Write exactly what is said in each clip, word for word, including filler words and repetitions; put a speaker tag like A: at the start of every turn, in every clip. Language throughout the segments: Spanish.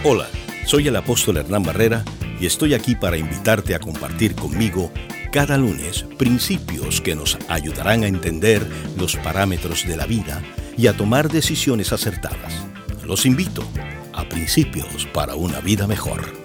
A: Hola, soy el apóstol Hernán Barrera y estoy aquí para invitarte a compartir conmigo cada lunes principios que nos ayudarán a entender los parámetros de la vida y a tomar decisiones acertadas. Los invito a Principios para una Vida Mejor.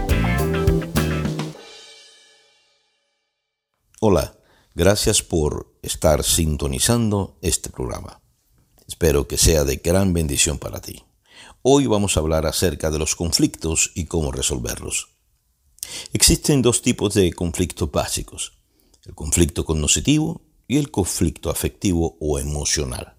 A: Hola, gracias por estar sintonizando este programa. Espero que sea de gran bendición para ti. Hoy vamos a hablar acerca de los conflictos y cómo resolverlos. Existen dos tipos de conflictos básicos: el conflicto cognoscitivo y el conflicto afectivo o emocional.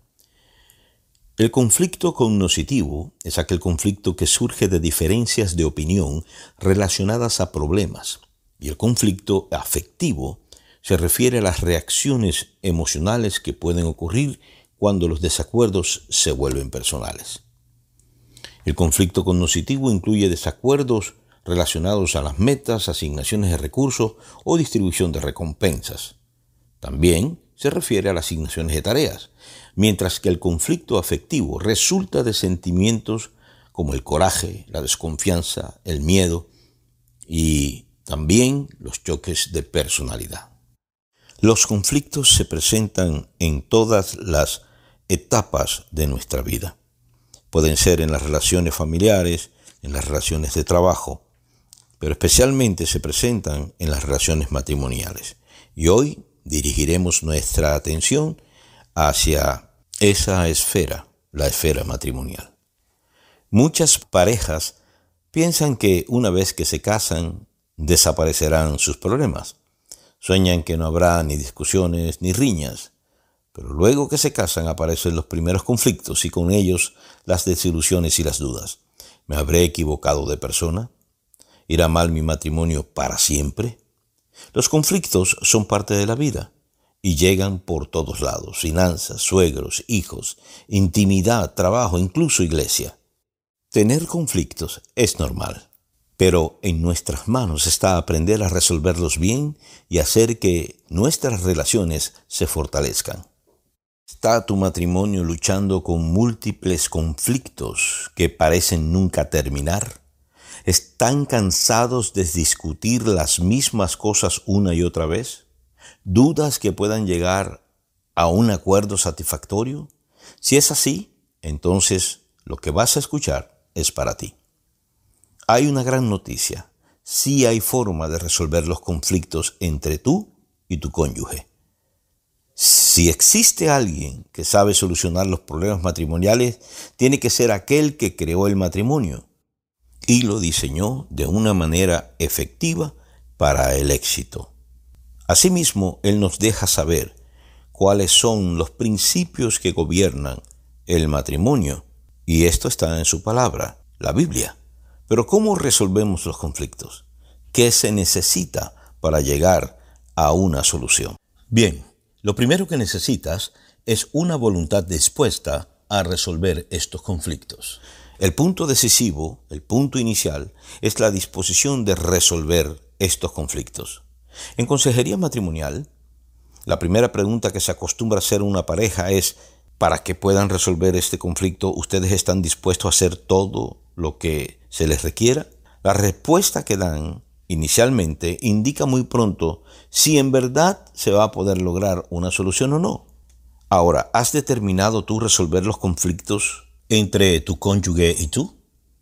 A: El conflicto cognoscitivo es aquel conflicto que surge de diferencias de opinión relacionadas a problemas, y el conflicto afectivo se refiere a las reacciones emocionales que pueden ocurrir cuando los desacuerdos se vuelven personales. El conflicto cognoscitivo incluye desacuerdos relacionados a las metas, asignaciones de recursos o distribución de recompensas. También se refiere a las asignaciones de tareas, mientras que el conflicto afectivo resulta de sentimientos como el coraje, la desconfianza, el miedo y también los choques de personalidad. Los conflictos se presentan en todas las etapas de nuestra vida. Pueden ser en las relaciones familiares, en las relaciones de trabajo, pero especialmente se presentan en las relaciones matrimoniales. Y hoy dirigiremos nuestra atención hacia esa esfera, la esfera matrimonial. Muchas parejas piensan que una vez que se casan, desaparecerán sus problemas. Sueñan que no habrá ni discusiones ni riñas. Pero luego que se casan aparecen los primeros conflictos y con ellos las desilusiones y las dudas. ¿Me habré equivocado de persona? ¿Irá mal mi matrimonio para siempre? Los conflictos son parte de la vida y llegan por todos lados: finanzas, suegros, hijos, intimidad, trabajo, incluso iglesia. Tener conflictos es normal, pero en nuestras manos está aprender a resolverlos bien y hacer que nuestras relaciones se fortalezcan. ¿Está tu matrimonio luchando con múltiples conflictos que parecen nunca terminar? ¿Están cansados de discutir las mismas cosas una y otra vez? ¿Dudas que puedan llegar a un acuerdo satisfactorio? Si es así, entonces lo que vas a escuchar es para ti. Hay una gran noticia: sí hay forma de resolver los conflictos entre tú y tu cónyuge. Si existe alguien que sabe solucionar los problemas matrimoniales, tiene que ser aquel que creó el matrimonio y lo diseñó de una manera efectiva para el éxito. Asimismo, Él nos deja saber cuáles son los principios que gobiernan el matrimonio, y esto está en su palabra, la Biblia. Pero ¿cómo resolvemos los conflictos? ¿Qué se necesita para llegar a una solución? Bien, lo primero que necesitas es una voluntad dispuesta a resolver estos conflictos. El punto decisivo, el punto inicial, es la disposición de resolver estos conflictos. En consejería matrimonial, la primera pregunta que se acostumbra a hacer una pareja es: para que puedan resolver este conflicto, ¿ustedes están dispuestos a hacer todo lo que se les requiera? La respuesta que dan inicialmente indica muy pronto si en verdad se va a poder lograr una solución o no. Ahora, ¿has determinado tú resolver los conflictos entre tu cónyuge y tú?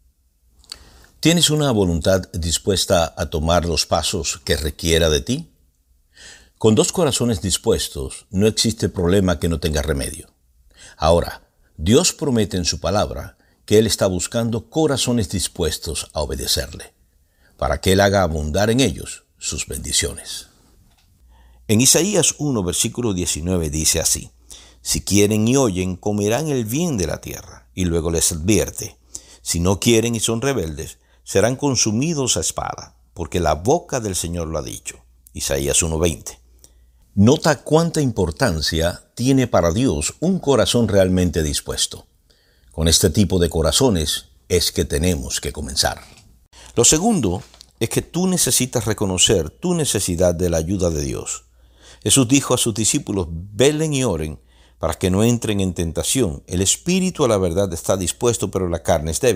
A: ¿Tienes una voluntad dispuesta a tomar los pasos que requiera de ti? Con dos corazones dispuestos, no existe problema que no tenga remedio. Ahora, Dios promete en su palabra que Él está buscando corazones dispuestos a obedecerle, para que Él haga abundar en ellos sus bendiciones. En Isaías uno, versículo diecinueve dice así: si quieren y oyen, comerán el bien de la tierra. Y luego les advierte: si no quieren y son rebeldes, serán consumidos a espada, porque la boca del Señor lo ha dicho. Isaías uno veinte. Nota cuánta importancia tiene para Dios un corazón realmente dispuesto. Con este tipo de corazones es que tenemos que comenzar. Lo segundo es que tú necesitas reconocer tu necesidad de la ayuda de Dios. Jesús dijo a sus discípulos: velen y oren para que no entren en tentación. El espíritu a la verdad está dispuesto, pero la carne es débil.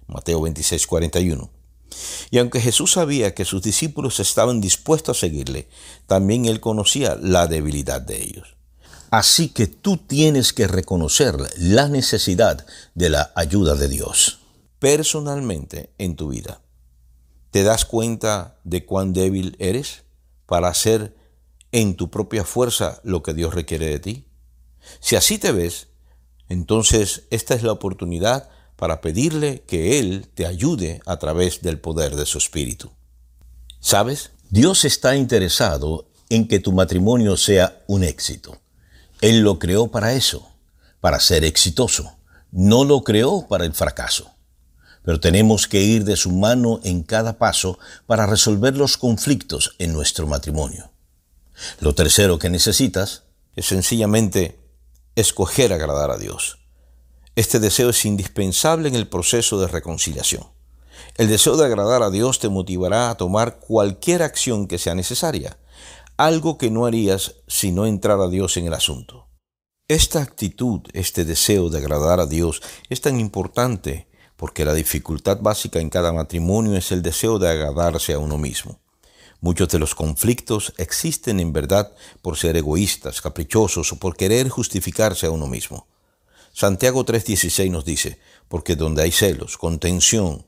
A: Mateo veintiséis, cuarenta y uno. Y aunque Jesús sabía que sus discípulos estaban dispuestos a seguirle, también él conocía la debilidad de ellos. Así que tú tienes que reconocer la necesidad de la ayuda de Dios. Personalmente en tu vida, ¿te das cuenta de cuán débil eres para hacer en tu propia fuerza lo que Dios requiere de ti? Si así te ves, entonces esta es la oportunidad para pedirle que Él te ayude a través del poder de su Espíritu. ¿Sabes? Dios está interesado en que tu matrimonio sea un éxito. Él lo creó para eso, para ser exitoso. No lo creó para el fracaso. Pero tenemos que ir de su mano en cada paso para resolver los conflictos en nuestro matrimonio. Lo tercero que necesitas es sencillamente escoger agradar a Dios. Este deseo es indispensable en el proceso de reconciliación. El deseo de agradar a Dios te motivará a tomar cualquier acción que sea necesaria, algo que no harías si no entrara Dios en el asunto. Esta actitud, este deseo de agradar a Dios es tan importante porque la dificultad básica en cada matrimonio es el deseo de agradarse a uno mismo. Muchos de los conflictos existen en verdad por ser egoístas, caprichosos o por querer justificarse a uno mismo. Santiago tres dieciséis nos dice, porque donde hay celos, contención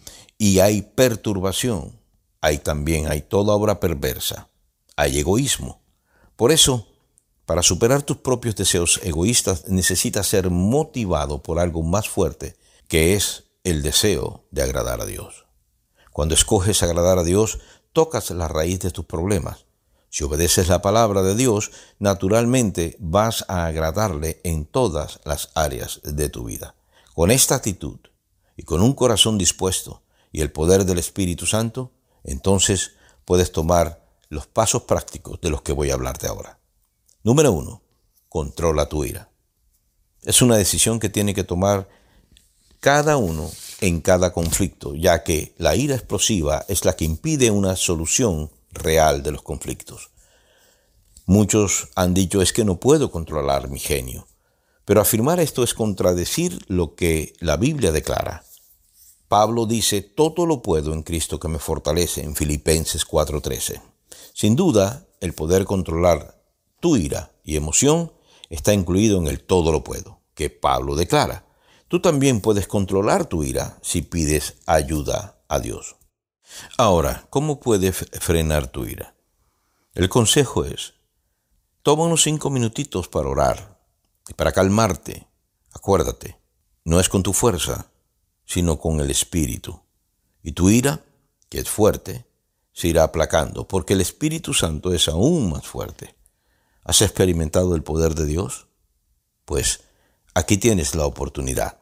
A: y hay perturbación, ahí también hay toda obra perversa, hay egoísmo. Por eso, para superar tus propios deseos egoístas, necesitas ser motivado por algo más fuerte, que es el deseo de agradar a Dios. Cuando escoges agradar a Dios, tocas la raíz de tus problemas. Si obedeces la palabra de Dios, naturalmente vas a agradarle en todas las áreas de tu vida. Con esta actitud y con un corazón dispuesto y el poder del Espíritu Santo, entonces puedes tomar los pasos prácticos de los que voy a hablarte ahora. Número uno, controla tu ira. Es una decisión que tiene que tomar cada uno en cada conflicto, ya que la ira explosiva es la que impide una solución real de los conflictos. Muchos han dicho es que no puedo controlar mi genio, pero afirmar esto es contradecir lo que la Biblia declara. Pablo dice, todo lo puedo en Cristo que me fortalece, en Filipenses cuatro trece. Sin duda, el poder controlar tu ira y emoción está incluido en el todo lo puedo, que Pablo declara. Tú también puedes controlar tu ira si pides ayuda a Dios. Ahora, ¿cómo puedes frenar tu ira? El consejo es, toma unos cinco minutitos para orar y para calmarte. Acuérdate, no es con tu fuerza, sino con el Espíritu. Y tu ira, que es fuerte, se irá aplacando, porque el Espíritu Santo es aún más fuerte. ¿Has experimentado el poder de Dios? Pues aquí tienes la oportunidad.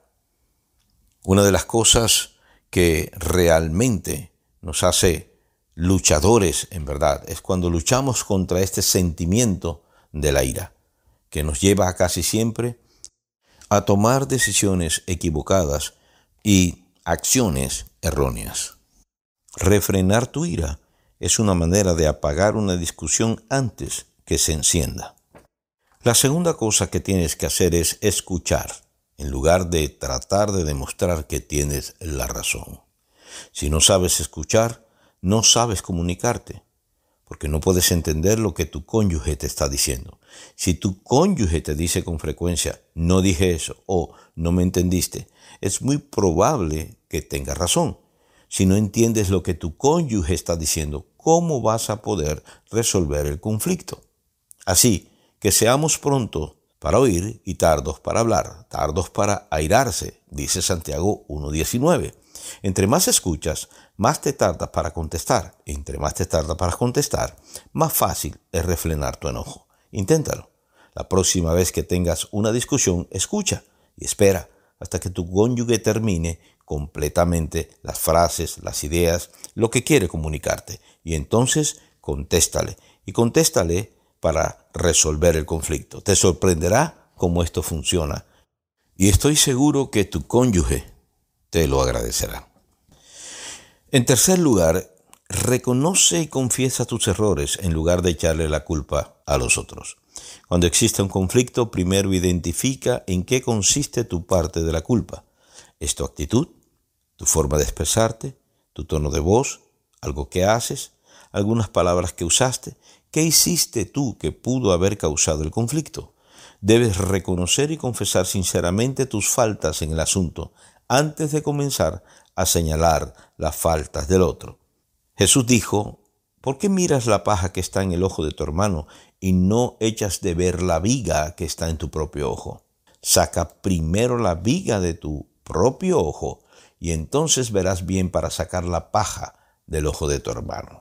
A: Una de las cosas que realmente nos hace luchadores, en verdad, es cuando luchamos contra este sentimiento de la ira, que nos lleva casi siempre a tomar decisiones equivocadas y acciones erróneas. Refrenar tu ira es una manera de apagar una discusión antes que se encienda. La segunda cosa que tienes que hacer es escuchar, en lugar de tratar de demostrar que tienes la razón. Si no sabes escuchar, no sabes comunicarte, porque no puedes entender lo que tu cónyuge te está diciendo. Si tu cónyuge te dice con frecuencia, no dije eso, o no me entendiste, es muy probable que tengas razón. Si no entiendes lo que tu cónyuge está diciendo, ¿cómo vas a poder resolver el conflicto? Así que seamos prontos para oír y tardos para hablar, tardos para airarse, dice Santiago uno diecinueve. Entre más escuchas, más te tardas para contestar. Entre más te tardas para contestar, más fácil es refrenar tu enojo. Inténtalo. La próxima vez que tengas una discusión, escucha y espera hasta que tu cónyuge termine completamente las frases, las ideas, lo que quiere comunicarte. Y entonces contéstale. Y contéstale para resolver el conflicto. Te sorprenderá cómo esto funciona. Y estoy seguro que tu cónyuge te lo agradecerá. En tercer lugar, reconoce y confiesa tus errores en lugar de echarle la culpa a los otros. Cuando existe un conflicto, primero identifica en qué consiste tu parte de la culpa. ¿Es tu actitud? Tu forma de expresarte, tu tono de voz, algo que haces, algunas palabras que usaste. ¿Qué hiciste tú que pudo haber causado el conflicto? Debes reconocer y confesar sinceramente tus faltas en el asunto antes de comenzar a señalar las faltas del otro. Jesús dijo: ¿por qué miras la paja que está en el ojo de tu hermano y no echas de ver la viga que está en tu propio ojo? Saca primero la viga de tu propio ojo y entonces verás bien para sacar la paja del ojo de tu hermano.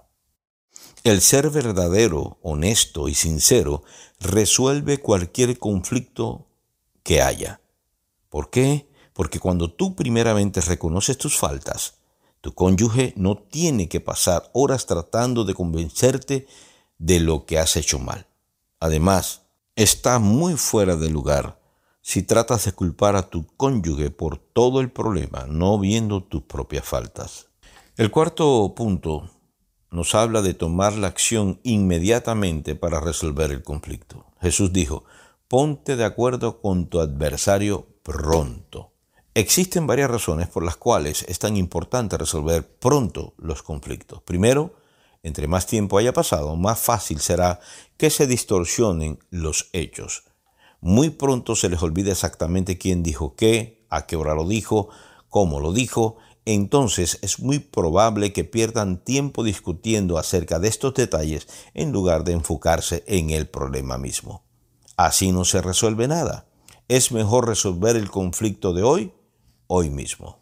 A: El ser verdadero, honesto y sincero resuelve cualquier conflicto que haya. ¿Por qué? Porque cuando tú primeramente reconoces tus faltas, tu cónyuge no tiene que pasar horas tratando de convencerte de lo que has hecho mal. Además, está muy fuera de lugar si tratas de culpar a tu cónyuge por todo el problema, no viendo tus propias faltas. El cuarto punto nos habla de tomar la acción inmediatamente para resolver el conflicto. Jesús dijo: ponte de acuerdo con tu adversario pronto. Existen varias razones por las cuales es tan importante resolver pronto los conflictos. Primero, entre más tiempo haya pasado, más fácil será que se distorsionen los hechos. Muy pronto se les olvida exactamente quién dijo qué, a qué hora lo dijo, cómo lo dijo. Entonces es muy probable que pierdan tiempo discutiendo acerca de estos detalles en lugar de enfocarse en el problema mismo. Así no se resuelve nada. Es mejor resolver el conflicto de hoy, hoy mismo.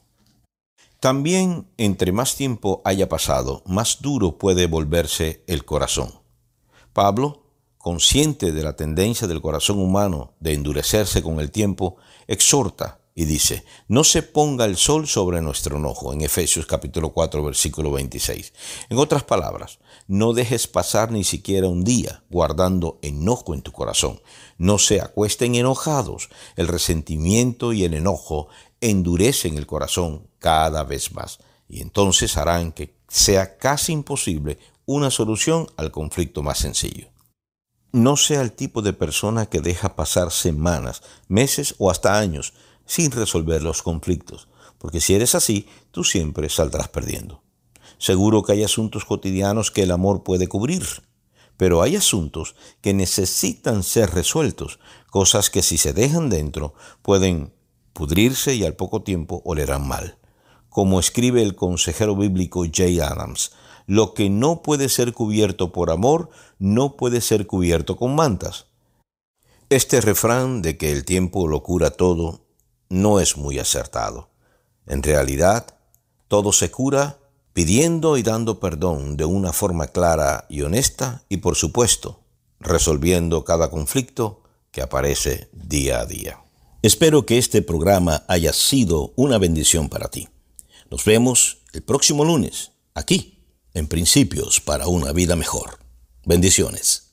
A: También, entre más tiempo haya pasado, más duro puede volverse el corazón. Pablo, consciente de la tendencia del corazón humano de endurecerse con el tiempo, exhorta y dice: no se ponga el sol sobre nuestro enojo, en Efesios capítulo cuatro, versículo veintiséis. En otras palabras, no dejes pasar ni siquiera un día guardando enojo en tu corazón. No se acuesten enojados. El resentimiento y el enojo endurecen el corazón cada vez más y entonces harán que sea casi imposible una solución al conflicto más sencillo. No sea el tipo de persona que deja pasar semanas, meses o hasta años sin resolver los conflictos, porque si eres así, tú siempre saldrás perdiendo. Seguro que hay asuntos cotidianos que el amor puede cubrir, pero hay asuntos que necesitan ser resueltos, cosas que si se dejan dentro pueden pudrirse y al poco tiempo olerán mal. Como escribe el consejero bíblico Jay Adams: lo que no puede ser cubierto por amor, no puede ser cubierto con mantas. Este refrán de que el tiempo lo cura todo no es muy acertado. En realidad, todo se cura pidiendo y dando perdón de una forma clara y honesta y, por supuesto, resolviendo cada conflicto que aparece día a día. Espero que este programa haya sido una bendición para ti. Nos vemos el próximo lunes, aquí, en Principios para una Vida Mejor. Bendiciones.